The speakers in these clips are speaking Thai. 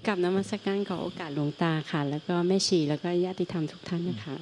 กับนมัสการขอโอกาสหลวงตาค่ะแล้วก็แม่ชีแล้วก็ญาติธรรมทุกท่านนะคะ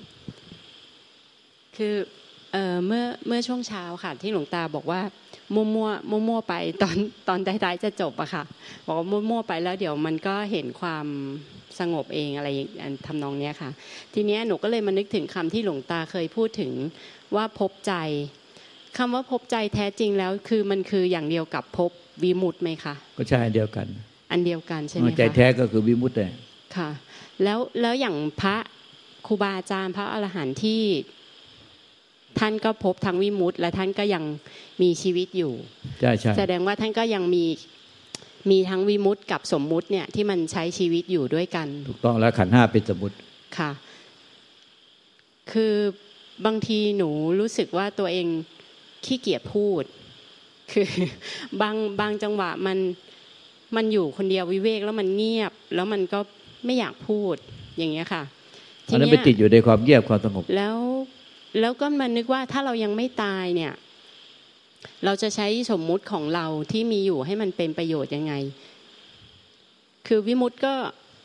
คือเมื่อช่วงเช้าค่ะที่หลวงตาบอกว่ามั่วไปตอนท้ายๆจะจบอะค่ะบอกว่ามั่วไปแล้วเดี๋ยวมันก็เห็นความสงบเองอะไรทำนองเนี้ยค่ะทีเนี้ยหนูก็เลยมานึกถึงคำที่หลวงตาเคยพูดถึงว่าพบใจคำว่าพบใจแท้จริงแล้วคือมันคืออย่างเดียวกับพบวิมุตติไหมคะก็ใช่อันเดียวกันใช่ไหมคะใจแท้ก็คือวิมุตติค่ะแล้วอย่างพระครูบาอาจารย์พระอรหันต์ที่ท่านก็พบทั้งวิมุตติและท่านก็ยังมีชีวิตอยู่ใช่แสดงว่าท่านก็ยังมีทั้งวิมุตติกับสมมุติเนี่ยที่มันใช้ชีวิตอยู่ด้วยกันถูกต้องแล้วขันธ์ห้าเป็นสมมุติค่ะคือบางทีหนูรู้สึกว่าตัวเองขี้เกียจพูดคือบางจังหวะมันอยู่คนเดียววิเวกแล้วมันเงียบแล้วมันก็ไม่อยากพูดอย่างเงี้ยค่ะทีนี้ไปติดอยู่ในความเงียบความสงบแล้วก็มันนึกว่าถ้าเรายังไม่ตายเนี่ยเราจะใช้สมมุติของเราที่มีอยู่ให้มันเป็นประโยชน์ยังไงคือวิมุตติก็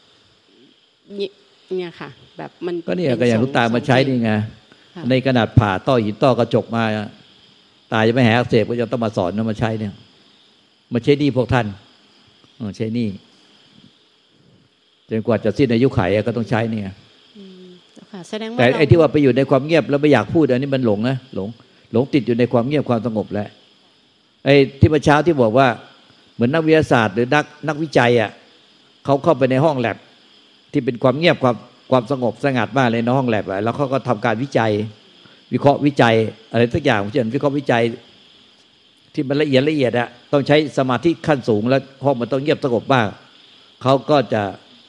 เนี่ยค่ะแบบมันก็เนี่ยก็อย่างลูกตามาใช้นี่ไงในขนาดผ่าต้อหินต้อกระจกมาตายจะไม่แหกอักเสบก็จะต้องมาสอนมาใช้เนี่ยมาใช้นี่พวกท่านใช้นี่จนกว่าจะสิ้นอายุขัยก็ต้องใช้เนี่ยแต่ไอ้ที่ว่าไปอยู่ในความเงียบแล้วไม่อยากพูดอันนี้มันหลงนะหลงติดอยู่ในความเงียบความสงบแล้วไอ้ที่เมื่อเช้าที่บอกว่าเหมือนนักวิทยาศาสตร์หรือนักวิจัยอ่ะเขาเข้าไปในห้องแลบที่เป็นความเงียบความสงบสงัดมากเลยในห้องแลบแล้วเขาก็ทำการวิจัยวิเคราะห์วิจัยอะไรสักอย่างเช่นวิเคราะห์วิจัยที่มันละเอียดอ่ะต้องใช้สมาธิขั้นสูงแล้วห้องมันต้องเงียบสงบมากเขาก็จะ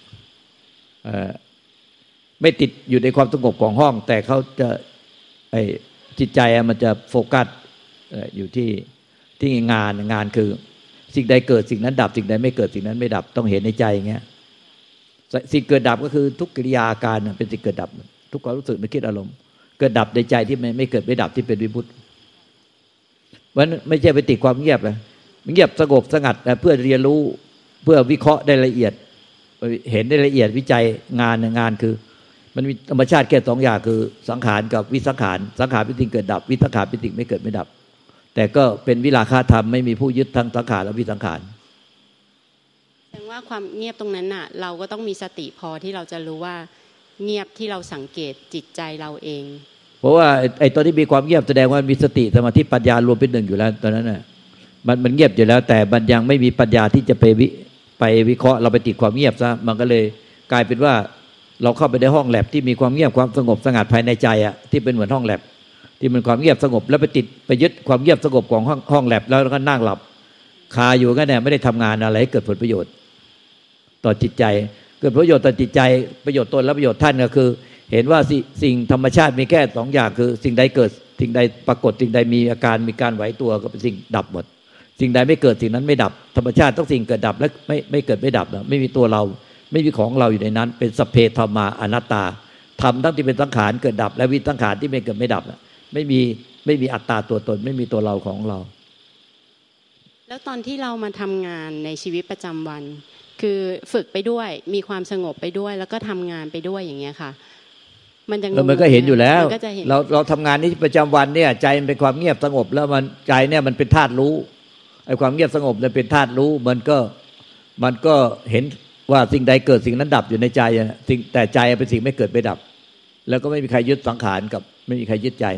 ไม่ติดอยู่ในความสงบของห้องแต่เขาจะจิตใจมันจะโฟกัสอยู่ที่งานคือสิ่งใดเกิดสิ่งนั้นดับสิ่งใดไม่เกิดสิ่งนั้นไม่ดับต้องเห็นในใจอย่างเงี้ยสิ่งเกิดดับก็คือทุกกิริยาอาการเป็นสิ่งเกิดดับทุกความรู้สึกนึกคิดอารมณ์เกิดดับในใจที่ไม่เกิดไม่ดับที่เป็นวิมุตติมันไม่ใช่ไปติดความเงียบเลยเงียบสงบสงัดเพื่อเรียนรู้เพื่อวิเคราะห์ได้ละเอียดเห็นได้ละเอียดวิจัยงานคือมันมีธรรมชาติแค่2อย่างคือสังขารกับวิสังขารสังขารเป็นสิ่งเกิดดับวิสังขารเป็นสิ่งไม่เกิดไม่ดับแต่ก็เป็นวิราคะธรรมไม่มีผู้ยึดทั้งสังขารและวิสังขารแสดงว่าความเงียบตรงนั้นน่ะเราก็ต้องมีสติพอที่เราจะรู้ว่าเงียบที่เราสังเกตจิตใจเราเองเพราะว่าไอ้ตอนที่มีความเงียบแสดงว่ามีสติสมาธิปัญญารวมเป็นหนึ่งอยู่แล้วตอนนั้นน่ะมันเงียบอยู่แล้วแต่มันยังไม่มีปัญญาที่จะไปวิเคราะห์เราไปติดความเงียบซะมันก็เลยกลายเป็นว่าเราเข้าไปในห้องแลบที่มีความเงียบความสงบสงัดภายในใจอ่ะที่เป็นเหมือนห้องแลบที่มันความเงียบสงบแล้วไปยึดความเงียบสงบของห้องแลบแล้วก็นั่งหลับคาอยู่ก็เนี่ยไม่ได้ทำงานอะไรให้เกิดผลประโยชน์ต่อจิตใจเกิดประโยชน์ต่อจิตใจประโยชน์ตนและประโยชน์ท่านก็คือเห็นว่าสิ่งธรรมชาติมีแค่2อย่างคือสิ่งใดเกิดสิ่งใดปรากฏสิ่งใดมีอาการมีการไหวตัวก็เป็นสิ่งดับหมดสิ่งใดไม่เกิดสิ่งนั้นไม่ดับธรรมชาติต้องสิ่งเกิดดับและไม่เกิดไม่ดับไม่มีตัวเราไม่มีของเราอยู่ในนั้นเป็นสัพเพธรรมาอนัตตาธรรมทั้งที่เป็นสังขารเกิดดับและวิสังขารที่ไม่เกิดไม่ดับไม่มีอัตตาตัวตนไม่มีตัวเราของเราแล้วตอนที่เรามาทำงานในชีวิตประจำวันคือฝึกไปด้วยมีความสงบไปด้วยแล้วก็ทำงานไปด้วยอย่างเงี้ยค่ะมันก็เห็นอยู่แล้วเราทำงานนี้ประจำวันเนี่ยใจมันเป็นความเงียบสงบแล้วมันใจเนี่ยมันเป็นธาตุรู้ไอ้ความเงียบสงบเนี่ยเป็นธาตุรู้มันก็เห็นว่าสิ่งใดเกิดสิ่งนั้นดับอยู่ในใจสิ่งแต่ใจเป็นสิ่งไม่เกิดไม่ดับแล้วก็ไม่มีใครยึดสังขารกับไม่มีใครยึดใจ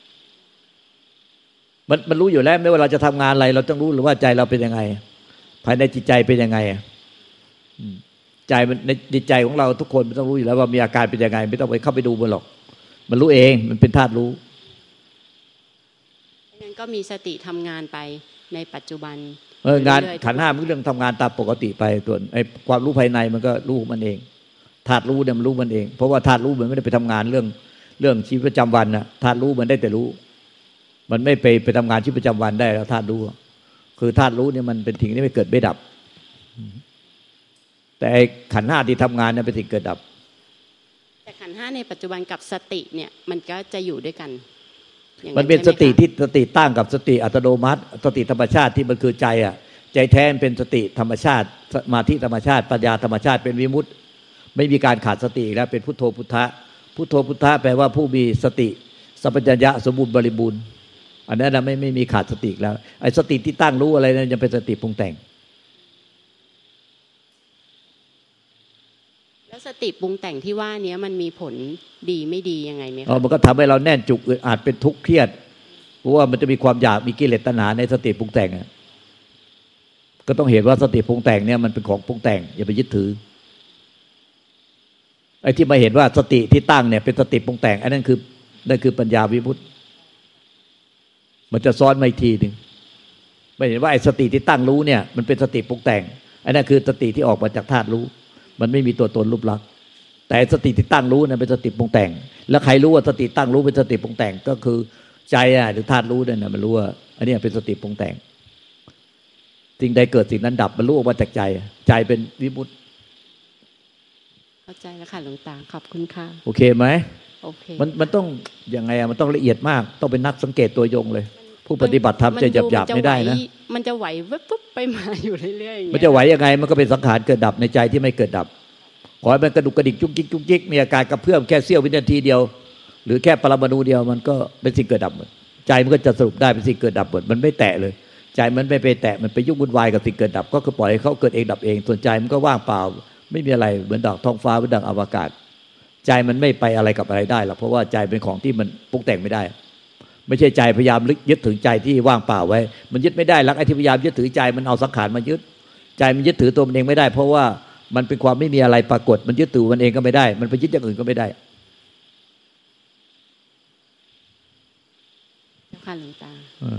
มันรู้อยู่แล้วไม่ว่าเราจะทำงานอะไรเราต้องรู้หรือว่าใจเราเป็นยังไงภายในจิตใจเป็นยังไงใจมันในจิตใจของเราทุกคนมันต้องรู้อยู่แล้วว่ามีอาการเป็นยังไงไม่ต้องไปเข้าไปดูมันหรอกมันรู้เองมันเป็นธาตุรู้งั้นก็มีสติทำงานไปในปัจจุบันงานขันธ์ห้ามันเรื่องทำงานตามปกติไปส่วนไอ้ความรู้ภายในมันก็รู้มันเองธาตุรู้เนี่ยมันรู้มันเองเพราะว่าธาตุรู้มันไม่ได้ไปทำงานเรื่องชีวิตประจำวันนะธาตุรู้มันได้แต่รู้มันไม่ไปทำงานชีวิตประจำวันได้แล้วธาตุรู้คือธาตุรู้เนี่ยมันเป็นสิ่งที่ไม่เกิดไม่ดับแต่ขันธ์ห้าที่ทำงานเนี่ยเป็นสิ่งเกิดดับแต่ขันธ์ห้าในปัจจุบันกับสติเนี่ยมันก็จะอยู่ด้วยกันมันเป็นสติที่สติตั้งกับสติอัตโนมัติสติธรรมชาติที่มันคือใจอ่ะใจแท้เป็นสติธรรมชาติสมาธิธรรมชาติปัญญาธรรมชาติเป็นวิมุตติไม่มีการขาดสติแล้วเป็นพุทโธพุทธะพุทโธพุทธะแปลว่าผู้มีสติสัมปชัญญะสมบูรณ์บริบูรณ์อันนั้นนะไม่มีขาดสติแล้วไอ้สติที่ตั้งรู้อะไรนั้นยังเป็นสติปรุงแต่งแล้วสติปรุงแต่งที่ว่านี้มันมีผลดีไม่ดียังไงไหมคะมันก็ทำให้เราแน่นจุกอาจเป็นทุกข์เครียดเพราะว่ามันจะมีความอยากมีกิเลสตัณหาในสติปรุงแต่งก็ต้องเห็นว่าสติปรุงแต่งเนี่ยมันเป็นของปรุงแต่งอย่าไปยึดถือไอ้ที่มาเห็นว่าสติที่ตั้งเนี่ยเป็นสติปรุงแต่งอันนั้นคือปัญญาวิมุตติมันจะซ้อนมาอีกทีนึงไม่เห็นว่าไอ้สติที่ตั้งรู้เนี่ยมันเป็นสติปรุงแต่งอันนั้นคือสติที่ออกมาจากธาตุรู้มันไม่มีตัวตนรูปลักษณ์แต่สติที่ตั้งรู้นั้นเป็นสติปรุงแต่งแล้วใครรู้ว่าสติตั้งรู้เป็นสติปรุงแต่งก็คือใจหรือธาตุรู้นั่นน่ะมันรู้ว่าอันนี้เป็นสติปรุงแต่งสิ่งใดเกิดสิ่งนั้นดับมันรู้ออกมาจากใจเป็นวิมุตติเข้าใจแล้วค่ะหลวงตาขอบคุณค่ะโอเคไหมโอเคมันต้องยังไงมันต้องละเอียดมากต้องเป็นนักสังเกตตัวยงเลยผู้ปฏิบัติธรรมจะหยาบๆไม่ได้นะมันจะไหวปุ๊บไปมาอยู่เรื่อยๆมันจะไหวยังไงมันก็เป็นสังขารเกิดดับในใจที่ไม่เกิดดับขอให้มันกระดุกกระดิกจุกจิกจุกจิกมีอาการกระเพื่อมแค่เสี้ยววินาทีเดียวหรือแค่ปรมาณูเดียวมันก็เป็นสิ่งเกิดดับหมดใจมันก็จะสรุปได้เป็นสิ่งเกิดดับหมดมันไม่แตะเลยใจมันไม่ไปแตะมันไปยุ่งวุ่นวายกับสิ่งเกิดดับก็คือปล่อยให้เขาเกิดเองดับเองส่วนใจมันก็ว่างเปล่าไม่มีอะไรเหมือนดอกท้องฟ้าเหมือนดังอวกาศใจมันไม่ไปอะไรกับอะไรได้หรอกเพราะว่าใจเป็นของที่มันปรุงแต่งไม่ได้ไม่ใช่ใจพยายามยึดถึงใจที่ว่างเปล่าไว้มันยึดไม่ได้แล้วไอ้ที่พยายามยึดถือใจมันเอาสังขารมายึดใจมันยึดถือตัวมันเองไม่ได้เพราะว่ามันเป็นความไม่มีอะไรปรากฏมันยึดถือมันเองก็ไม่ได้มันไปยึดอย่างอื่นก็ไม่ได้ค่ะหลวงตา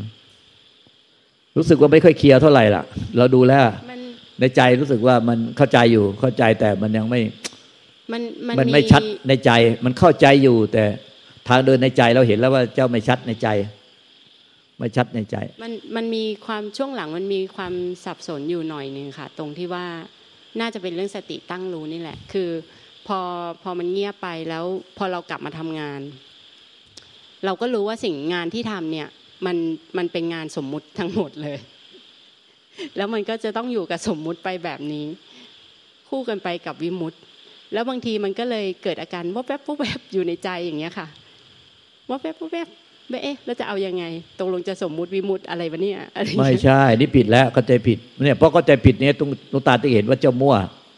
รู้สึกว่าไม่ค่อยเคลียร์เท่าไหร่ล่ะเราดูแล้วในใจรู้สึกว่ามันเข้าใจอยู่เข้าใจแต่มันยังไม่มันไม่ชัดในใจมันเข้าใจอยู่แต่ทางเดินในใจเราเห็นแล้วว่าเจ้าไม่ชัดในใจไม่ชัดในใจมันมีความช่วงหลังมันมีความสับสนอยู่หน่อยนึงค่ะตรงที่ว่าน่าจะเป็นเรื่องสติตั้งรู้นี่แหละคือพอมันเงียบไปแล้วพอเรากลับมาทำงานเราก็รู้ว่าสิ่งงานที่ทำเนี่ยมันเป็นงานสมมุติทั้งหมดเลยแล้วมันก็จะต้องอยู่กับสมมุติไปแบบนี้คู่กันไปกับวิมุตติแล้วบางทีมันก็เลยเกิดอาการวบแวบวบแวบอยู่ในใจอย่างเงี้ยค่ะวบแวบวบแวบแล้วจะเอายังไงตรงลงจะสมมุติวิมุตติอะไรวะเนี่ยไม่ใช่นี่ผิดแล้วเข้าใจผิดเนี่ยเพราะเข้าใจผิดเนี่ยตรงตาที่เห็นว่าเจ้ามั่ว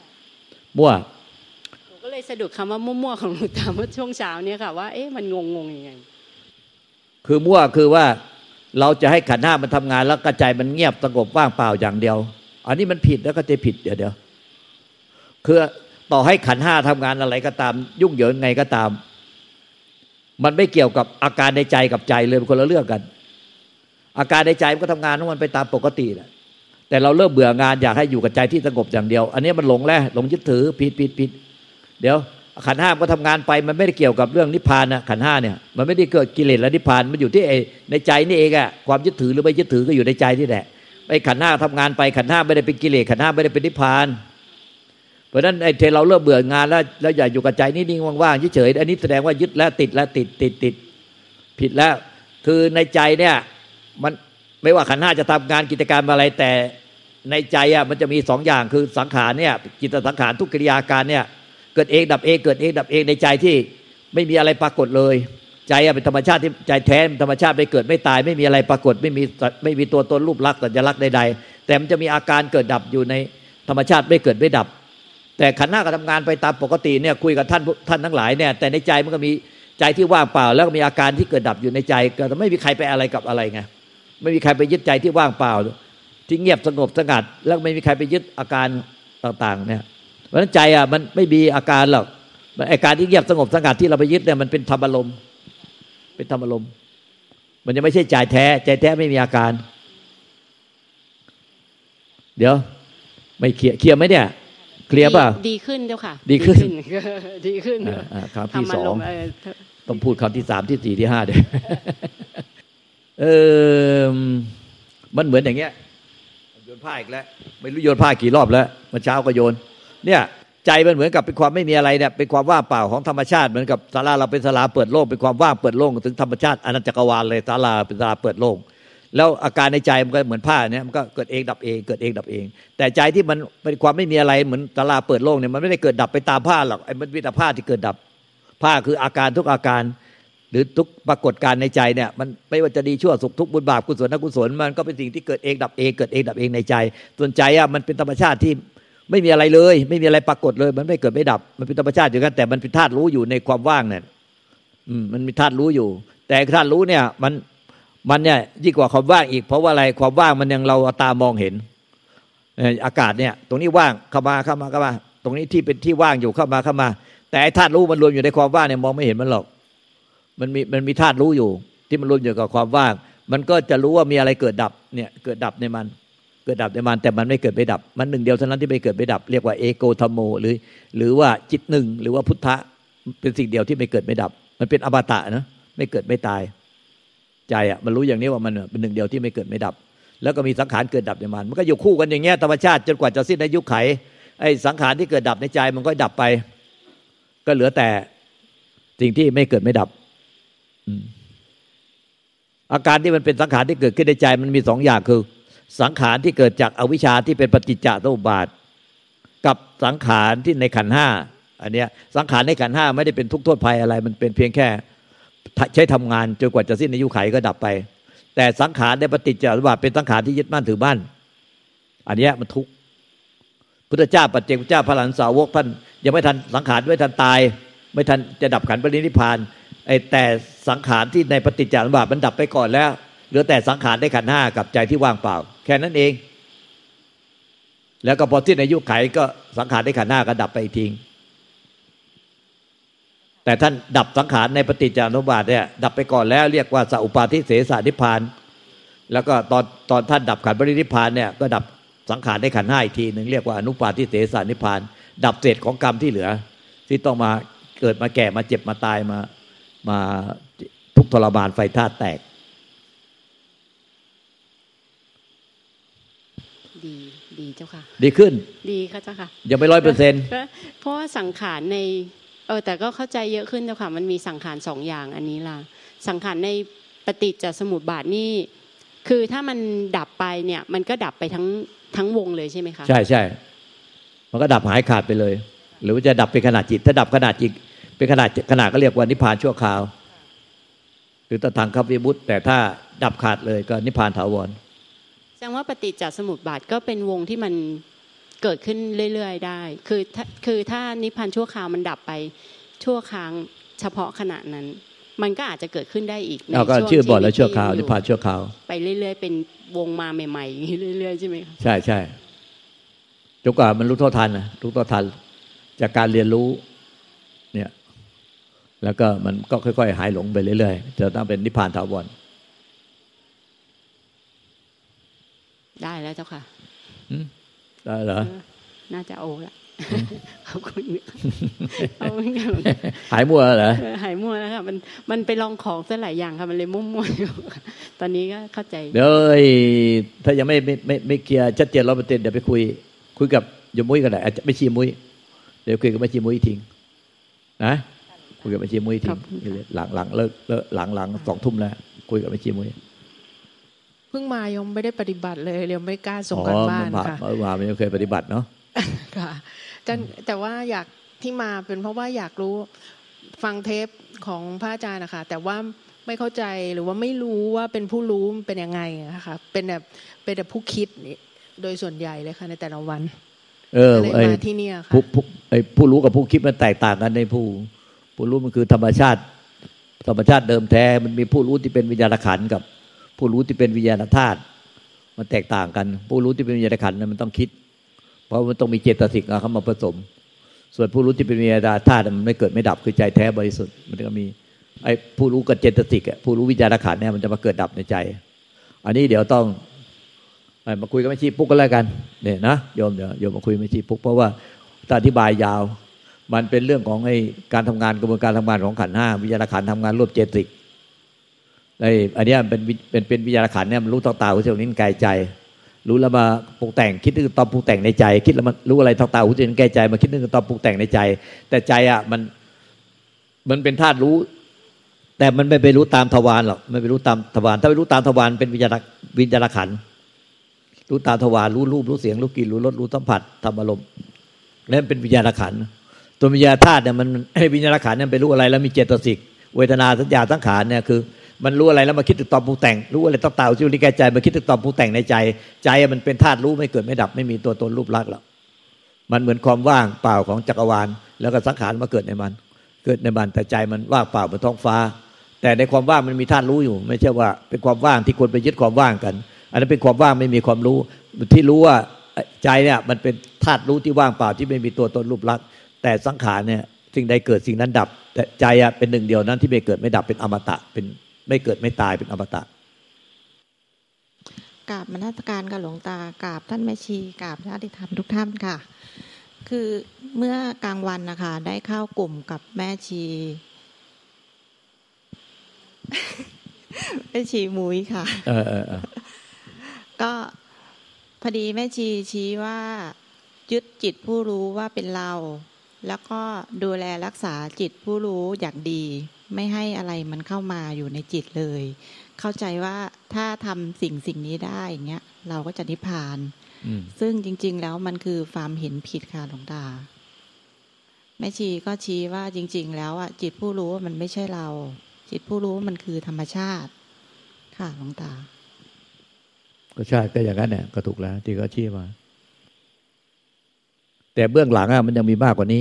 ผมก็เลยสะดุดคำว่ามั่วของหลวงตาเมื่อช่วงเช้าเนี่ยค่ะว่ามันงงยังไงคือมั่วคือว่าเราจะให้ขันธ์ห้ามันทำงานแล้วกระจายมันเงียบสงบว่างเปล่าอย่างเดียวอันนี้มันผิดแล้วก็จะผิดเดี๋ยวคือต่อให้ขันธ์ห้าทำงานอะไรก็ตามยุ่งเหยิงไงก็ตามมันไม่เกี่ยวกับอาการในใจกับใจเลยเป็นคนละเรื่องกันอาการในใจมันก็ทำงานของมันไปตามปกติแหละแต่เราเริ่มเบื่องานอยากให้อยู่กับใจที่สงบอย่างเดียวอันนี้มันหลงแล้วหลงยึดถือผิดเดี๋ยวขันธ์ห้าก็ทำงานไปมันไม่ได้เกี่ยวกับเรื่องนิพพานนะขันธ์ห้าเนี่ยมันไม่ได้เกิดกิเลสและนิพพานมันอยู่ที่ในใจนี่เองอะความยึดถือหรือไม่ยึดถือก็อยู่ในใจที่แหละไอ้ขันธ์ห้าทำงานไปขันธ์ห้าไม่ได้เป็นกิเลสขันธ์ห้าไม่ได้เป็นนิพพานเพราะฉะนั้นไอ้ที่เราเริ่มเบื่องานแล้วอยากอยู่กับใจนิ่งๆว่างๆเฉยๆอันนี้แสดงว่ายึดแล้วติดแล้วติดผิดแล้วคือในใจเนี่ยมันไม่ว่าขันธ์ห้าจะทำงานกิจการอะไรแต่ในใจอ่ะมันจะมีสองอย่างคือสังขารเนี่ยจิตสังขารทุกกิริยาการเนี่ยเกิดเองดับเองเกิดเองดับเองในใจที่ไม่มีอะไรปรากฏเลยใจเป็นธรรมชาติที่ใจแท้ธรรมชาติไม่เกิดไม่ตายไม่มีอะไรปรากฏไม่มีตัวตนรูปลักษณ์สัญลักษณ์ใดๆแต่มันจะมีอาการเกิดดับอยู่ในธรรมชาติไม่เกิดไม่ดับแต่ขันธ์ห้าก็ทำงานไปตามปกติเนี่ยคุยกับท่านทั้งหลายเนี่ยแต่ในใจมันก็มีใจที่ว่างเปล่าแล้วก็มีอาการที่เกิดดับอยู่ในใจก็ไม่มีใครไปอะไรกับอะไรไงไม่มีใครไปยึดใจที่ว่างเปล่าที่เงียบสงบสงัดแล้วไม่มีใครไปยึดอาการต่างๆเนี่ยเพราะฉะนั้นใจมันไม่มีอาการหรอกอาการที่เงียบสงบสงัดที่เราไปยึดเนี่ยมันเป็นธรรมอารมณ์เป็นธรรมอารมณ์มันจะไม่ใช่ใจแท้ไม่มีอาการเดี๋ยวไม่เคลียร์ไหมเนี่ยเคลียร์ป่ะดีขึ้นเจ้าค่ะดีขึ้นครับที่สองต้องพูดคำที่สามที่สี่ที่ห้าเดี๋ยวมันเหมือนอย่างเงี้ยโยนผ้าอีกแล้วไม่รู้โยนผ้ากี่รอบแล้วเมื่อเช้าก็โยนเนี่ยใจมันเหมือนกับเป็นความไม่มีอะไรเนี่ยเป็นความว่างเปล่าของธรรมชาติเหมือนกับศาลาเราเป็นศาลาเปิดโล่งเป็นความว่างเปิดโล่งถึงธรรมชาติอนันตจักรวาลเลยศาลาเป็นศาลาเปิดโล่งแล้วอาการในใจมันก็เหมือนผ้าเนี่ยมันก็เกิดเองดับเองเกิดเองดับเองแต่ใจที่มันเป็นความไม่มีอะไรเหมือนตลาเปิดโล่งเนี่ยมันไม่ได้เกิดดับไปตามผ้าหรอกไอ้มันมีแต่ผ้าที่เกิดดับผ้าคืออาการทุกอาการหรือทุกปรากฏการในใจเนี่ยมันไม่ว่าจะดีชั่วสุขทุกข์บุญบาปกุศลอกุศลมันก็เป็นสิ่งที่เกิดเองดับเองเกิดเองดับเองในใจส่วนใจอ่ะมันเป็นธรรมชาติที่ไม่มีอะไรเลยไม่มีอะไรปรากฏเลยมันไม่เกิดไม่ดับมันเป็นธรรมชาติอยู่กันแต่มันเป็นธาตุรู้อยู่ในความว่างเนี่ยมันมีธาตุรู้อยู่แต่ธาตุรู้เนี่ยมันเนี่ยยิ่งกว่าความว่างอีกเพราะว่าอะไรความว่างมันยังเราตามองเห็นอากาศเนี่ยตรงนี้ว่างเข้ามาตรงนี้ที่เป็นที่ว่างอยู่เข้ามาแต่ไอ้ธาตุรู้มันรวมอยู่ในความว่างเนี่ยมองไม่เห็นมันหรอกมันมีธาตุรู้อยู่ที่มันรวมอยู่กับความว่างมันก็จะรู้ว่ามีอะไรเกิดดับเนี่ยเกิดดับในมันเกิดดับในมันแต่มันไม่เกิดไม่ดับมันหนึ่งเดียวเท่านั้นที่ไม่เกิดไม่ดับเรียกว่าเอโกธัมโมหรือว่าจิตหนึ่งหรือว่าพุทธะเป็นสิ่งเดียวที่ไม่เกิดไม่ดับมันเป็นอมตะนะไม่เกิดไม่ตายใจอ่ะมันรู้อย่างนี้ว่ามันเป็นหนึ่งเดียวที่ไม่เกิดไม่ดับแล้วก็มีสังขารเกิดดับในมันก็อยู่คู่กันอย่างเงี้ยธรรมชาติจนกว่าจะสิ้นอายุไขไอ้สังขารที่เกิดดับในใจมันก็ดับไปก็เหลือแต่สิ่งที่ไม่เกิดไม่ดับอาการที่มันเป็นสังขารที่เกิดขึ้นในใจมันมีสองอย่างคือสังขารที่เกิดจากอวิชชาที่เป็นปฏิจจสมุปบาทกับสังขารที่ในขันธ์ห้าอันเนี้ยสังขารในขันธ์ห้าไม่ได้เป็นทุกข์โทษภัยอะไรมันเป็นเพียงแค่ใช้ทำงานจนกว่าจะสิ้นอายุไขก็ดับไปแต่สังขารในปฏิจจสมุปบาทเป็นสังขารที่ยึดมั่นถือมั่นอันเนี้ยมันทุกข์พุทธเจ้าปัจเจกพุทธเจ้าพระอรหันตสาวกท่านยังไม่ทันสังขารไม่ทันตายไม่ทันจะดับขันธ์ปรินิพพานแต่สังขารที่ในปฏิจจสมุปบาทมันดับไปก่อนแล้วเหลือแต่สังขารในขันธ์ห้ากับใจที่ว่างเปล่าแค่นั้นเองแล้วก็พอสิ้นอายุไขก็สังขารในขันธ์ห้าก็ดับไปอีกทีแต่ท่านดับสังขารในปฏิจจสมุปบาทเนี่ยดับไปก่อนแล้วเรียกว่าสัพปาทิเสสนิพพานแล้วก็ตอนท่านดับขันธ์ปรินิพพานเนี่ยก็ดับสังขารในขันธ์ห้าอีกทีนึงเรียกว่าอนุปาทิเสสนิพพานดับเศษของกรรมที่เหลือที่ต้องมาเกิดมาแก่มาเจ็บมาตายมาทุกข์ทรมานไฟธาตุแตกดีเจ้าค่ะดีขึ้นดีค่ะเจ้าค่ะยังไม่ 100% เพราะว่าสังขารในแต่ก็เข้าใจเยอะขึ้นเจ้าค่ะมันมีสังขารสองอย่างอันนี้ล่ะสังขารในปฏิจจสมุปบาทนี่คือถ้ามันดับไปเนี่ยมันก็ดับไปทั้งวงเลยใช่ไหมคะใช่มันก็ดับหายขาดไปเลยหรือว่าจะดับเป็นขณะจิตถ้าดับขณะจิตเป็นขณะก็เรียกว่านิพพานชั่วคราวหรือตถาคตวิมุตติแต่ถ้าดับขาดเลยก็นิพพานถาวรแสดงว่าปฏิจจสมุปบาทก็เป็นวงที่มันเกิดขึ้นเรื่อยๆได้คือถ้านิพพานชั่วคราวมันดับไปชั่วครั้งเฉพาะขณะนั้นมันก็อาจจะเกิดขึ้นได้อีกในช่วงก็ชื่อบอกแล้วชั่วคราวนิพพานชั่วคราวไปเรื่อยๆเป็นวงมาใหม่ๆเรื่อยๆใช่ไหมคะใช่จนกว่ามันรู้เท่าทันจากการเรียนรู้เนี่ยแล้วก็มันก็ค่อยๆหายหลงไปเรื่อยๆจะต้องเป็นนิพพานถาวรได้แล้วเจ้าค่ะได้เหรอน่าจะโอละขอบคุณหายมั่วเหรอหายมั่วแล้วค่ะมันไปลองของซะหลายอย่างค่ะมันเลยมั่วๆอยู่ตอนนี้ก็เข้าใจเดี๋ยวถ้ายังไม่เคลียร์ชัดเจน 100% เดี๋ยวไปคุยกับยมมุ้ยก็ได้อาจจะไม่ชี้มุ้ยเดี๋ยวคุยกับแม่ชีมุ้ยทิ้งนะคุยกับแม่ชีมุ้ยทิ้งหลังเลิกหลัง20:00 นแล้วคุยกับแม่ชีมุ้ยเพิ่งมายังไม่ได้ปฏิบัติเลยยังไม่กล้าส่งกันบ้านค่ะมาไม่เคยปฏิบัติเนาะค่ะแต่ว่าอยากที่มาเป็นเพราะว่าอยากรู้ฟังเทปของพระอาจารย์นะคะแต่ว่าไม่เข้าใจหรือว่าไม่รู้ว่าเป็นผู้รู้เป็นยังไงนะคะเป็นแบบผู้คิดโดยส่วนใหญ่เลยค่ะในแต่ละวันมาที่นี่ค่ะผู้รู้กับผู้คิดมันแตกต่างกันในผู้รู้มันคือธรรมชาติเดิมแท้มันมีผู้รู้ที่เป็นวิญญาณขันธ์กับผู้รู้ที่เป็นวิญญาณธาตุมันแตกต่างกันผู้รู้ที่เป็นวิญญาณขันธ์มันต้องคิดเพราะมันต้องมีเจตสิกเข้ามาผสมส่วนผู้รู้ที่เป็นวิญญาณธาตุมันไม่เกิดไม่ดับคือใจแท้บริสุทธิ์มันก็มีไอ้ผู้รู้กับเจตสิกผู้รู้วิญญาณขันธ์เนี่ยมันจะมาเกิดดับในใจอันนี้เดี๋ยวต้องมาคุยกับแม่ชีปุ๊กกันแล้วกันเนี่ยนะโยมมาคุยกับแม่ชีปุ๊กเพราะว่าอธิบายยาวมันเป็นเรื่องของไอ้การทำงานกระบวนการทำงานของขันธ์5วิญญาณขันธ์ทำงานรวบเจตสิกอันนี้เป็นวิญญาณขันธ์เนี่ยมันรู้ต่างๆหูจมูกลิ้นกายใจรู้แล้วมาปรุงแต่งคิดนึกตอนปรุงแต่งในใจคิดแล้วมันรู้อะไรต่างๆหูจมูกลิ้นกายใจมาคิดนึกตอนปรุงแต่งในใจแต่ใจอ่ะมันเป็นธาตุรู้แต่มันไม่ไปรู้ตามทวารหรอกไม่ไปรู้ตามทวารถ้าไปรู้ตามทวารเป็นวิญญาณขันธ์รู้ตามทวารรู้รูปรู้เสียงรู้กลิ่นรู้รสรู้สัมผัสธรรมอารมณ์นั่นเป็นวิญญาณขันธ์ตัววิญญาณธาตุเนี่ยมันวิญญาณขันธ์เนี่ยไปรู้อะไรแล้วมีเจตสิกเวทนาสัญญาสังขารเนี่ยคือมันรู้อะไรแล้วมาคิดตึกตอบปรุงแต่งรู้อะไรต่างๆที่อยู่ในใจมาคิดตึกตอบปรุงแต่งในใจใจมันเป็นธาตุรู้ไม่เกิดไม่ดับไม่มีตัวตนรูปลักษณ์หรอกมันเหมือนความว่างเปล่าของจักรวาลแล้วก็สังขารมาเกิดในมันแต่ใจมันว่างเปล่าบนท้องฟ้าแต่ในความว่างมันมีธาตุรู้อยู่ไม่ใช่ว่าเป็นความว่างที่คนไปยึดความว่างกันอันนั้นเป็นความว่างไม่มีความรู้ที่รู้ว่าใจเนี่ยมันเป็นธาตุรู้ที่ว่างเปล่าที่ไม่มีตัวตนรูปลักษณ์แต่สังขารเนี่ยสิ่งใดเกิดสิ่งนั้นดับแต่ใจเป็นหนึ่งเดียวนั้นที่ไม่เกิดไม่ดับเป็นอมตะเป็นไม่เกิดไม่ตายเป็นอมตะกราบนมัสการกับหลวงตากราบท่านแม่ชีกราบญาติธรรมทุกท่านค่ะคือเมื่อกลางวันนะคะได้เข้ากลุ่มกับแม่ชีแม่ชีมุ้ยค่ะก็พอดีแม่ชีชี้ว่ายึดจิตผู้รู้ว่าเป็นเราแล้วก็ดูแลรักษาจิตผู้รู้อย่างดีไม่ให้อะไรมันเข้ามาอยู่ในจิตเลยเข้าใจว่าถ้าทำสิ่งนี้ได้อย่างเงี้ยเราก็จะนิพพานซึ่งจริงๆแล้วมันคือความเห็นผิดค่ะหลวงตาแม่ชีก็ชี้ว่าจริงๆแล้วอ่ะจิตผู้รู้มันไม่ใช่เราจิตผู้รู้มันคือธรรมชาติค่ะหลวงตาก็ใช่ก็อย่างนั้นเนี่ยก็ถูกแล้วที่เขาชี้มาแต่เบื้องหลังมันยังมีมากกว่านี้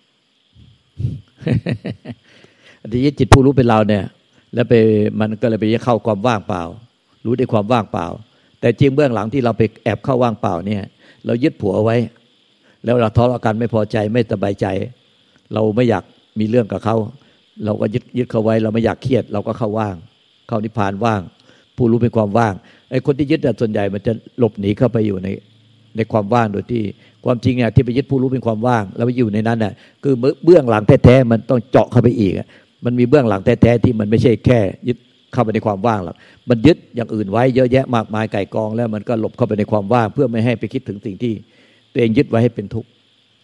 ที่ยึดจิตผู้รู้เป็นเราเนี่ยแล้วไปมันก็เลยไปเข้าความว่างเปล่ารู้ด้วยความว่างเปล่าแต่จริงเบื้องหลังที่เราไปแอบเข้าว่างเปล่าเนี่ยเรายึดผัวไว้แล้วเราทะเลาะกันไม่พอใจไม่สบายใจเราไม่อยากมีเรื่องกับเขาเราก็ยึดเขาไว้เราไม่อยากเครียดเราก็เข้าว่างเข้านิพพานว่างผู้รู้เป็นความว่างไอ้คนที่ยึดส่วนใหญ่มันจะหลบหนีเข้าไปอยู่ในความว่างโดยที่ความจริงเนี่ยที่ไปยึดผู้รู้เป็นความว่างแล้วไปอยู่ในนั้นน่ะคือเบื้องหลังแท้ๆมันต้องเจาะเข้าไปอีกมันมีเบื้องหลังแท้ๆที่มันไม่ใช่แค่ยึดเข้าไปในความว่างหรอกมันยึดอย่างอื่นไว้เยอะแยะมากมายไก่กองแล้วมันก็หลบเข้าไปในความว่างเพื่อไม่ให้ไปคิดถึงสิ่งที่ตัวเองยึดไว้ให้เป็นทุกข์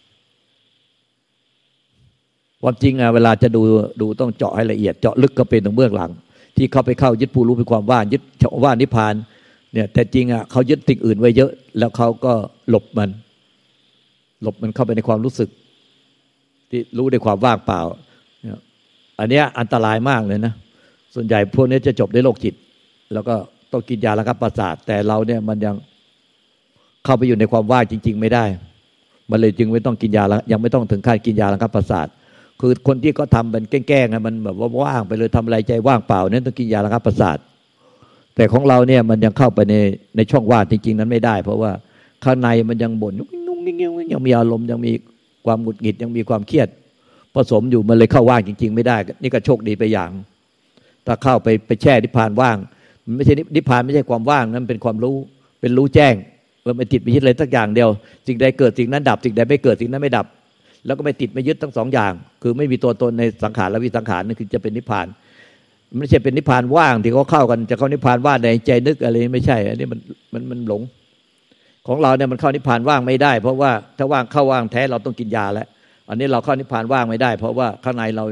ความจริงเวลาจะดูต้องเจาะให้ละเอียดเจาะลึกก็เป็นตรงเบื้องหลังที่เขาไปเข้ายึดผู้รู้เป็นความว่างยึดว่านิพพานเนี่ยแต่จริงเขายึดสิ่งอื่นไว้เยอะแล้วเขาก็หลบมันเข้าไปในความรู้สึกที่รู้ในความว่างเปล่าอันนี้อันตรายมากเลยนะส่วนใหญ่พวกนี้จะจบในโรคจิตแล้วก็ต้องกินยาระงับประสาทแต่เราเนี่ยมันยังเข้าไปอยู่ในความว่างจริงๆไม่ได้มันเลยจึงไม่ต้องกินยายังไม่ต้องถึงขั้นกินยาระงับประสาทคือคนที่เขาทำเป็นแกล้งๆมันแบบว่าว่างไปเลยทำอะไรใจว่างเปล่านั้นต้องกินยาระงับประสาทแต่ของเราเนี่ยมันยังเข้าไปในช่องว่างจริงๆนั้นไม่ได้เพราะว่าข้างในมันยังบ่นนุ่งๆยังมีอารมณ์ยังมีความหงุดหงิดยังมีความเครียดผสมอยู่มันเลยเข้าว่างจริงๆไม่ได้นี่ก็โชคดีไปอย่างถ้าเข้าไปแช่นิพพานว่างมันไม่ใช่นิพพานไม่ใช่ความว่างนั้นเป็นความรู้เป็นรู้แจ้งไม่ติดไม่ยึดเลยสักอย่างเดียวสิ่งใดเกิดสิ่งนั้นดับสิ่งใดไม่เกิดสิ่งนั้นไม่ดับแล้วก็ไม่ติดไม่ยึดทั้งสองอย่างคือไม่มีตัวตนในสังขารและวิสังขารนั่นคือจะเป็นนิพพานไม่ใช่เป็นนิพพานว่างที่เขาเข้ากันจะเข้านิพพานว่างในใจนึกอะไรไม่ใช่อันนี้มันหลงของเราเนี่ยมันเข้านิพพานว่างไม่ได้เพราะว่าถ้าว่างเข้าว่างแท้เราต้องกินยาแล้วอันนี้เราเข้านิพพานว่างไม่ได้เพราะว่าข้างในเรา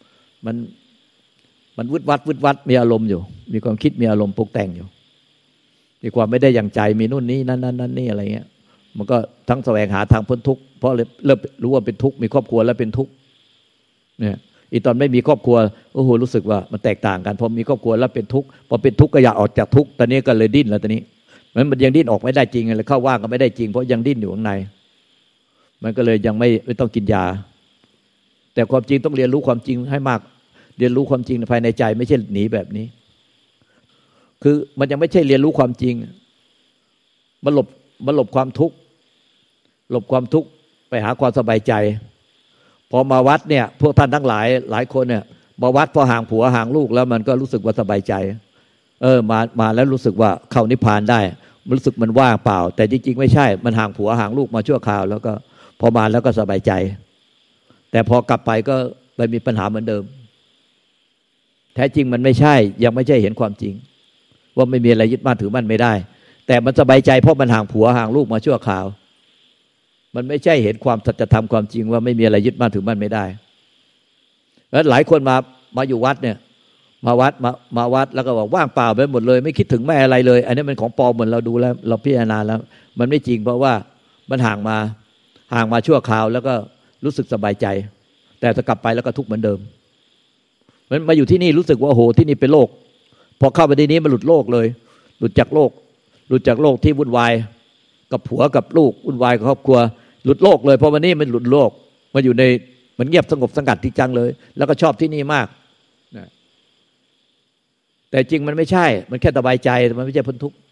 มันวึดวัดมีอารมณ์อยู่มีความคิดมีอารมณ์ปรุงแต่งอยู่มีความไม่ได้อย่างใจมีนู่นนี่นั่นนี่อะไรเงี้ยมันก็ทั้งแสวงหาทางพ้นทุกข์เพราะเริ่มรู้ว่าเป็นทุกข์มีครอบครัวแล้วเป็นทุกข์เนี่ยอีตอนไม่มีครอบครัวโอ้โหรู้สึกว่ามันแตกต่างกันพอมีครอบครัวแล้วเป็นทุกข์พอเป็นทุกข์ก็อยากออกจากทุกข์ตอนนี้ก็เลยดิ้นแล้วตอนนี้มันยังดิ้นออกไม่ได้จริงเลยเข้าว่างก็ไม่ได้จริงเพราะยังดิ้นอยู่ข้างในมันก็เลยยังไม่ต้องกินยาแต่ความจริงต้องเรียนรู้ความจริงให้มากเรียนรู้ความจริงภายในใจไม่ใช่หนีแบบนี้คือมันยังไม่ใช่เรียนรู้ความจริงมันหลบความทุกข์หลบความทุกข์ไปหาความสบายใจพอมาวัดเนี่ยพวกท่านทั้งหลายคนเนี่ยมาวัดพอห่างผัวห่างลูกแล้วมันก็รู้สึกว่าสบายใจมาแล้วรู้สึกว่าเข้านิพพานได้มันรู้สึกมันว่างเปล่าแต่จริงๆไม่ใช่มันห่างผัวห่างลูกมาชั่วคราวแล้วก็พอมาแล้วก็สบายใจแต่พอกลับไปก็ไปมีปัญหาเหมือนเดิมแท้จริงมันไม่ใช่ยังไม่ใช่เห็นความจริงว่าไม่มีอะไรยึดมั่นถือมั่นไม่ได้แต่มันสบายใจเพราะมันห่างผัวห่างลูกมาชั่วคราวมันไม่ใช่เห็นความสัจธรรมความจริงว่าไม่มีอะไรยึดมั่นถือมั่นไม่ได้แล้วหลายคนมาอยู่วัดเนี่ยมาวัดแล้วก็บอกว่างเปล่าไปหมดเลยไม่คิดถึงไม่อะไรเลยอันนี้มันของปลอมเหมือนเราดูแล้วเราพิจารณาแล้วมันไม่จริงเพราะว่ามันห่างมาชั่วคราวแล้วก็รู้สึกสบายใจแต่ถ้ากลับไปแล้วก็ทุกข์เหมือนเดิมมันมาอยู่ที่นี่รู้สึกว่าโอ้โหที่นี่เป็นโลกพอเข้าไปที่นี้มันหลุดโลกเลยหลุดจากโลกที่วุ่นวายกับผัวกับลูกวุ่นวายกับครอบครัวหลุดโลกเลยพอวันนี้มันหลุดโลกมาอยู่ในมันเงียบสงบสงัดที่จังเลยแล้วก็ชอบที่นี่มากนะแต่จริงมันไม่ใช่มันแค่สบายใจมันไม่ใช่พ้นทุกข์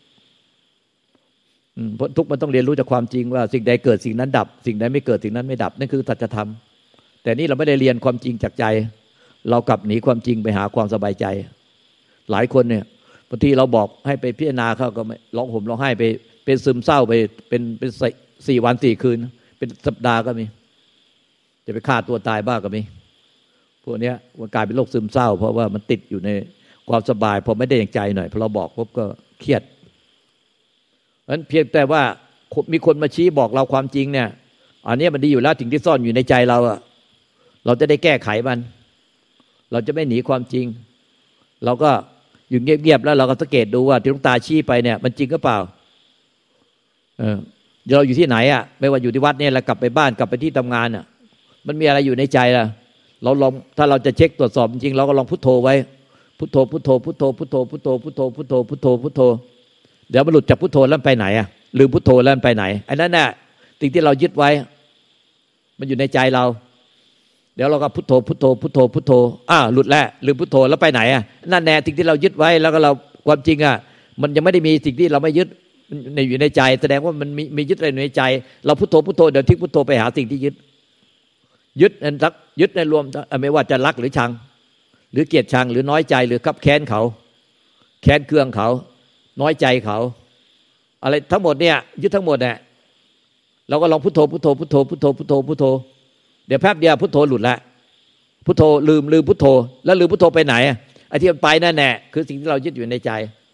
พ้นทุกข์มันต้องเรียนรู้จากความจริงว่าสิ่งใดเกิดสิ่งนั้นดับสิ่งใดไม่เกิดสิ่งนั้นไม่ดับนั่นคือสัจธรรมแต่นี่เราไม่ได้เรียนความจริงจากใจเรากลับหนีความจริงไปหาความสบายใจหลายคนเนี่ยบางทีเราบอกให้ไปพิจารณาเขาก็ร้องห่มร้องไห้ไปเป็นซึมเศร้าไปเป็น4 วัน 4 คืนเป็นสัปดาห์ก็มีจะไปฆ่าตัวตายบ้างก็มีพวกนี้มันกลายเป็นโรคซึมเศร้าเพราะว่ามันติดอยู่ในความสบายพอไม่ได้อย่างใจหน่อยพอเราบอกปุ๊บก็เครียดเพราะฉะนั้นเพียงแต่ว่ามีคนมาชี้บอกเราความจริงเนี่ยอันนี้มันดีอยู่แล้วสิ่งที่ซ่อนอยู่ในใจเราอะเราจะได้แก้ไขมันเราจะไม่หนีความจริงเราก็อยู่เงียบๆแล้วเราก็สังเกตดูว่าที่หลวงตาชี้ไปเนี่ยมันจริงหรือเปล่าเราอยู่ที่ไหนอ่ะไม่ว่าอยู่ที่วัดเนี่ยแล้วกลับไปบ้านกลับไปที่ทำงานอ่ะมันมีอะไรอยู่ในใจล่ะเราลองถ้าเราจะเช็คตรวจสอบจริงๆเราก็ลองพุทโธไว้พุทโธพุทโธพุทโธพุทโธพุทโธพุทโธพุทโธพุทโธพุทโธเดี๋ยวมันหลุดจากพุทโธแล้วไปไหนอ่ะลืมพุทโธแล้วไปไหนไอ้นั่นน่ะสิ่งที่เรายึดไว้มันอยู่ในใจเราเดี๋ยวเราก็พุทโธพุทโธพุทโธพุทโธหลุดแล้วลืมพุทโธแล้วไปไหนอ่ะนั่นแน่สิ่งที่เรายึดไว้แล้วก็เราความจริงอ่ะมันยังไม่ได้มีสิ่งที่เราไม่ยึดอยู่ในใจแสดงว่ามันมียึดอะไรในใจเราพุทโธพุทโธเดี๋ยวทิ้งพุทโธไปหาสิ่งที่ยึดนั้นรักยึดในรวมไม่ว่าจะรักหรือชังหรือเกลียดชังหรือน้อยใจหรือคับแค้นเขาแค้นเคืองเขาน้อยใจเขาอะไรทั้งหมดเนี่ยยึดทั้งหมดเนี่ยเราก็ลองพุทโธพุทโธพุทโธพุทโธพุทโธพุทโธเดี๋ยวแป๊บเดียวพุทโธหลุดละพุทโธลืมพุทโธแล้วลืมพุทโธไปไหนไอ้ที่มันไปนั่นแหละคือสิ่งที่เรายึดอยู่ในใจ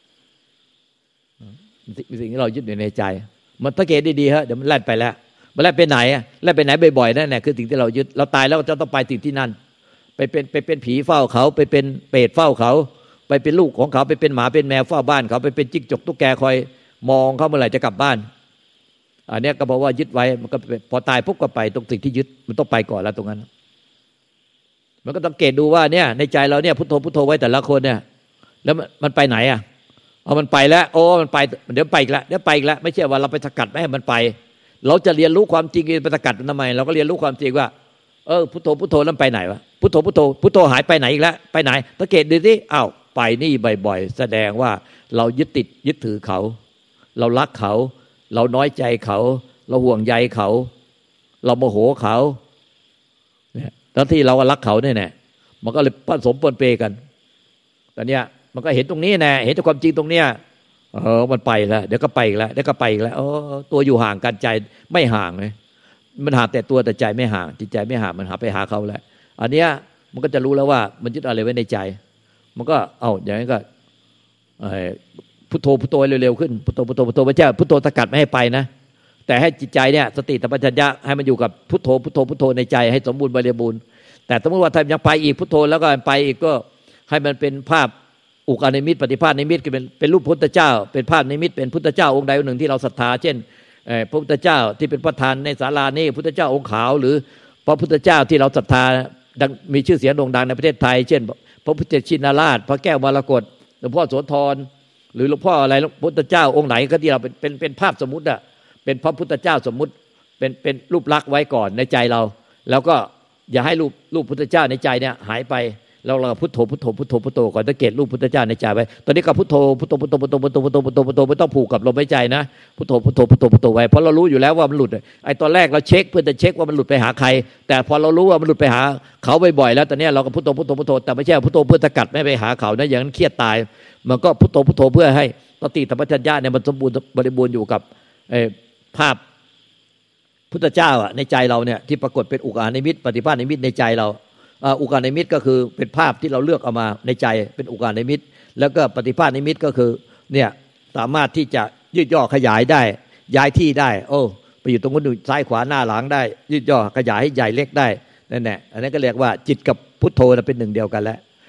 สิ่งที่เรายึดอยู่ในใจมันสังเกตดีๆฮะเดี๋ยวมันแล่นไปแล้วมันแล่นไปไหนแล่นไปไหนบ่อยๆนั่นแหละคือสิ่งที่เรายึดเราตายแล้วจะต้องไปสิ่งที่นั่นไปเป็นผีเฝ้าเขาไปเป็นเปรตเฝ้าเขาไปเป็นลูกของเขาไปเป็นหมาเป็นแมวเฝ้าบ้านเขาไปเป็นจิ้งจกตุ๊กแกคอยมองเขาเมื่อไหร่จะกลับบ้านอันนี้ก็บอกว่ายึดไว้มันก็พอตายปุ๊บก็ไปตรงสิ่งที่ยึดมันต้องไปก่อนแล้วตรงนั้นมันก็ต้องเกตดูว่าเนี่ยในใจเราเนี่ยพุทโธพุทโธไว้แต่ละคนเนี่ยแล้วมันไปไหนมันไปแล้วมันไปเดี๋ยวไปอีกแล้วเดี๋ยวไปอีกแล้วไม่ใช่ว่าเราไปสกัดไม่ให้มันไปเราจะเรียนรู้ความจริงไปสกัดมันทำไมเราก็เรียนรู้ความจริงว่าพุทโธพุทโธแล้วไปไหนวะพุทโธพุทโธพุทโธหายไปไหนอีกแล้วไปไหนสังเกตดูสิไปนี่บ่อยๆแสดงว่าเรายึดติดยึดถือเขาเรารักเขาเราน้อยใจเขาเราห่วงใยเขาเราโมโหเขาเนี่ยทั้งที่เรารักเขาเนี่ยมันก็เลยผสมปนเปกันแต่เนี้ยมันก็เห็นตรงนี้แน่เห็นความจริงตรงเนี้ยมันไปแล้วเดี๋ยวก็ไปอีกแล้วเดี๋ยวก็ไปอีกแล้วตัวอยู่ห่างกันใจไม่ห่างเลยมันห่างแต่ตัวแต่ใจไม่ห่างจิตใจไม่ห่างมันหาไปหาเขาแล้วอันเนี้ยมันก็จะรู้แล้วว่ามันยึดอะไรไว้ในใจมันก็อย่างนี้ก็พุทโธพุทโธเร็วๆขึ้นพุทโธพุทโธพุทโธไม่ใช่พุทโธสกัดไม่ให้ไปนะแต่ให้จิตใจเนี่ยสติสัมปชัญญะให้มันอยู่กับพุทโธพุทโธพุทโธในใจให้สมบูรณ์บริบูรณ์แต่สมมติว่าถ้ายังไปอีกพุทโธแล้วก็ไปอีกก็ให้มันเป็นภาพอุกานิมิตปฏิภาณนิมิตเป็นรูปพุทธเจ้าเป็นภาพนิมิตเป็นพุทธเจ้าองค์ใดองค์หนึ่งที่เราศรัทธาเช่นพระพุทธเจ้าที่เป็นประธานในศาลานี้พุทธเจ้าองค์ขาวหรือพระพุทธเจ้าที่เราศรัทธามีชื่อเสียงโด่งดังในประเทศไทยเช่นพระพุทธชินราชพระแก้วมรกตหลวงพ่อโสธรหรือหลวงพ่ออะไรพระพุทธเจ้าองค์ไหนก็ที่เราเป็นภาพสมมุติเป็นพระพุทธเจ้าสมมุติเป็นรูปลักษณ์ไว้ก่อนในใจเราแล้วก็อย่าให้รูปพุทธเจ้าในใจเนี่ยหายไปเราพุทโธพุทโธพุทโธพุทโธก่อนสังเกตรูปพุทธเจ้าในใจไว้ตอนนี้ก็พุทโธพุทโธพุทโธพุทโธพุทโธพุทโธพุทโธพุทโธไม่ต้องผูกกับลมหายใจนะพุทโธพุทโธพุทโธพุทโธไว้เพราะเรารู้อยู่แล้วว่ามันหลุดไอ้ตอนแรกเราเช็คเพื่อจะเช็คว่ามันหลุดไปหาใครแต่พอเรารู้ว่ามันหลุดไปหาเขาบ่อยๆแล้วตอนนี้เราก็พุทโธพุทโธพุทโธแต่ไม่ใช่พุทโธเพื่อสกัดไม่ไปหาเขานะอย่างนั้นเครียดตายมันก็พุทโธพุทโธเพื่อให้สติสัมปชัญญะเนี่ยมันสมบูรณ์บริบูรณ์อยู่กับภาพพุทธเจ้าในใจเราเนี่ยที่ปรากฏเป็นอุกานิมิตปฏิภาณนิมิตในใจเราอุกานิมิตก็คือเป็นภาพที่เราเลือกเอามาในใจเป็นอุกานิมิตแล้วก็ปฏิภาณนิมิตก็คือเนี่ยสามารถที่จะยืดย่อขยายได้ย้ายที่ได้ไปอยู่ตรงนู้นซ้ายขวาหน้าหลังได้ยืดย่อขยายให้ใหญ่เล็กได้นั่นแหละอันนั้นก็เรียกว่าจิตกับพุทโธเป็นหนึ่งเดียวกันแล้ว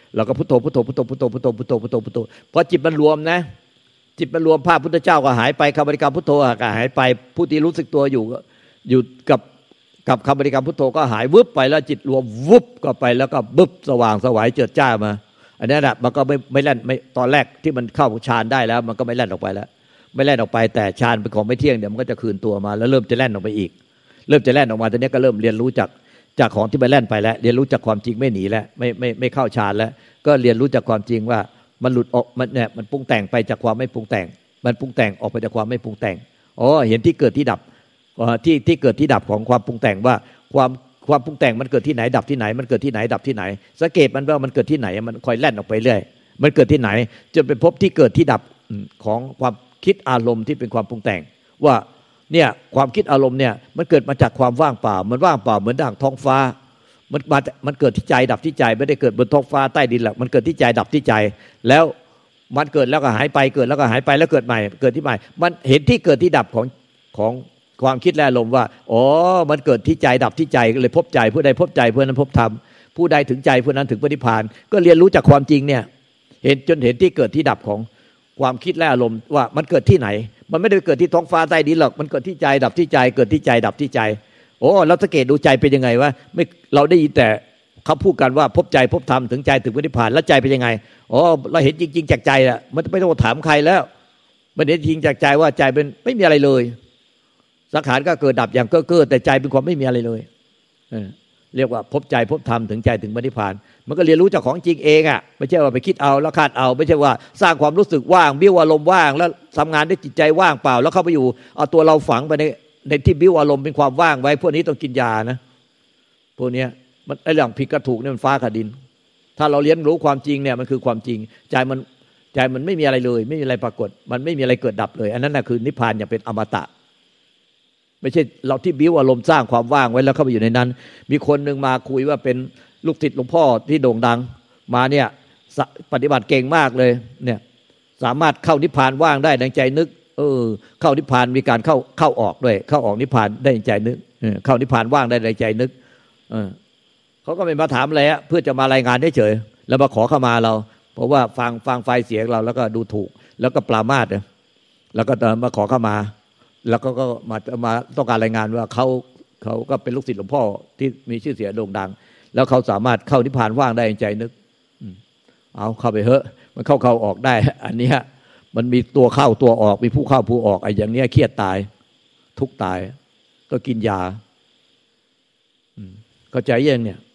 เราก็พุทโธพุทโธพุทโธพุทโธพุทโธพุทโธพุทโธพุทโธพอจิตมันรวมนะจิตมันรวมภาพพุทธเจ้าก็หายไปคำบริกรรมพุทโธก็หายไปผู้ที่รู้สึกตัวอยู่กับคำบริกรรมพุทโธก็หายวึบไปแล้วจิตรวมวุบก็ไปแล้วก็บึบสว่างสวายเจิดจ้ามาอันนี้นะมันก็ไม่แล่นไม่ตอนแรกที่มันเข้าฌานได้แล้วมันก็ไม่แล่นออกไปแล้วไม่แล่นออกไปแต่ฌานเป็นของไม่เที่ยงเดี๋ยวมันก็จะคืนตัวมาแล้วเริ่มจะแล่นออกไปอีกเริ่มจะแล่นออกมาตอนนี้ก็เริ่มเรียนรู้จากของที่มันแล่นไปแล้วเรียนรู้จากความจริงไม่หนีแล้วไม่เข้าฌานแล้วก็เรียนรู้จากความจริงว่ามันหลุดออกมันเนี่ยมันปรุงแต่งไปจากความไม่ปรุงแต่งมันปรุงแต่งออกไปจากความไม่ปรุงแต่งอ๋อเห็นที่เกิดที่ดับที่เกิดที่ดับของความปรุงแต่งว่าความปรุงแต่งมันเกิดที่ไหนดับที่ไหนมันเกิดที่ไหนดับที่ไหนสังเกตมันว่ามันเกิดที่ไหนมันคอยแล่นออกไปเรื่อยมันเกิดที่ไหนจนไปพบที่เกิดที่ดับของความคิดอารมณ์ที่เป็นความปรุงแต่งว่าเนี่ยความคิดอารมณ์เนี่ยมันเกิดมาจากความว่างเปล่ามันว่างเปล่าเหมือนด่างท้องฟ้ามันเกิดที่ใจดับที่ใจไม่ได้เกิดบนท้องฟ้าใต้ดินหรอกมันเกิดที่ใจดับที่ใจแล้วมันเกิดแล้วก็หายไปเกิดแล้วก็หายไปแล้วเกิดใหม่เกิดที่ใหม่มันเห็นที่เกิดที่ดับของความคิดและอารมณ์ว่าอ๋อมันเกิดที่ใจดับที่ใจก็เลยพบใจผู้ใดพบใจผู้นั้นพบธรรมผู้ใดถึงใจผู้นั้นถึงพระนิพพานก็เรียนรู้จากความจริงเนี่ยเห็นจนเห็นที่เกิดที่ดับของความคิดและอารมณ์ว่ามันเกิดที่ไหนมันไม่ได้เกิดที่ท้องฟ้าใต้ดินหรอกมันเกิดที่ใจดับที่ใจเกิดที่ใจดับที่ใจโอ้เราสังเกตดูใจเป็นยังไงวะไม่เราได้ยินแต่เขาพูดกันว่าพบใจพบธรรมถึงใจถึงพระนิพพานแล้วใจเป็นยังไงอ๋อเราเห็นจริงๆจากใจอ่ะมันไม่ต้องถามใครแล้วมันเห็นจริงจากใจว่าใจเป็นไม่มีอะไรเลยสังขารก็เกิดดับอย่างเก้อแต่ใจเป็นความไม่มีอะไรเลยเรียกว่าพบใจพบธรรมถึงใจถึงพระนิพพานมันก็เรียนรู้จากของจริงเองอ่ะไม่ใช่ว่าไปคิดเอาแล้วคาดเอาไม่ใช่ว่าสร้างความรู้สึกว่างบิ้วอารมณ์ว่างแล้วทำงานด้วยจิตใจว่างเปล่าแล้วเข้าไปอยู่เอาตัวเราฝังไปในที่บิ้วอารมณ์เป็นความว่างไว้พวกนี้ต้องกินยานะพวกนี้มันไอ้เรื่องผิดกับถูกเนี่ยมันฟ้ากับดินถ้าเราเรียนรู้ความจริงเนี่ยมันคือความจริงใจมันไม่มีอะไรเลยไม่มีอะไรปรากฏมันไม่มีอะไรเกิดดับเลยอันนั้นน่ะคือนิพพานอย่างเป็นอมตะไม่ใช่เราที่บิ้วอารมณ์สร้างความว่างไว้แล้วเข้าไปอยู่ในนั้นมีคนนึงมาคุยว่าเป็นลูกศิษย์หลวงพ่อที่โด่งดังมาเนี่ยปฏิบัติเก่งมากเลยเนี่ยสามารถเข้านิพพานว่างได้ดังใจนึกเข้านิพพานมีการเข้าออกด้วยเข้าออกนิพพานได้ดังใจนึกเข้านิพพานว่างได้ดังใจนึกเขาก็ไม่มาถามอะไรเพื่อจะมารายงานเฉยๆแล้วมาขอเข้ามาเราเพราะว่าฟังไฟเสียงเราแล้วก็ดูถูกแล้วก็ปรามาสแล้วก็มาขอเข้ามาแล้วก็มาต้องการรายงานว่าเขาก็เป็นลูกศิษย์หลวงพ่อที่มีชื่อเสียงโด่งดังแล้วเขาสามารถเข้านิพพานว่างได้ใจนึกเอาเข้าไปเถอะมันเข้าออกได้อันนี้มันมีตัวเข้าตัวออกมีผู้เข้าผู้ออกไอ้อย่างนี้เครียดตายทุกตายก็กินยาเข้าใจยังเนี่ย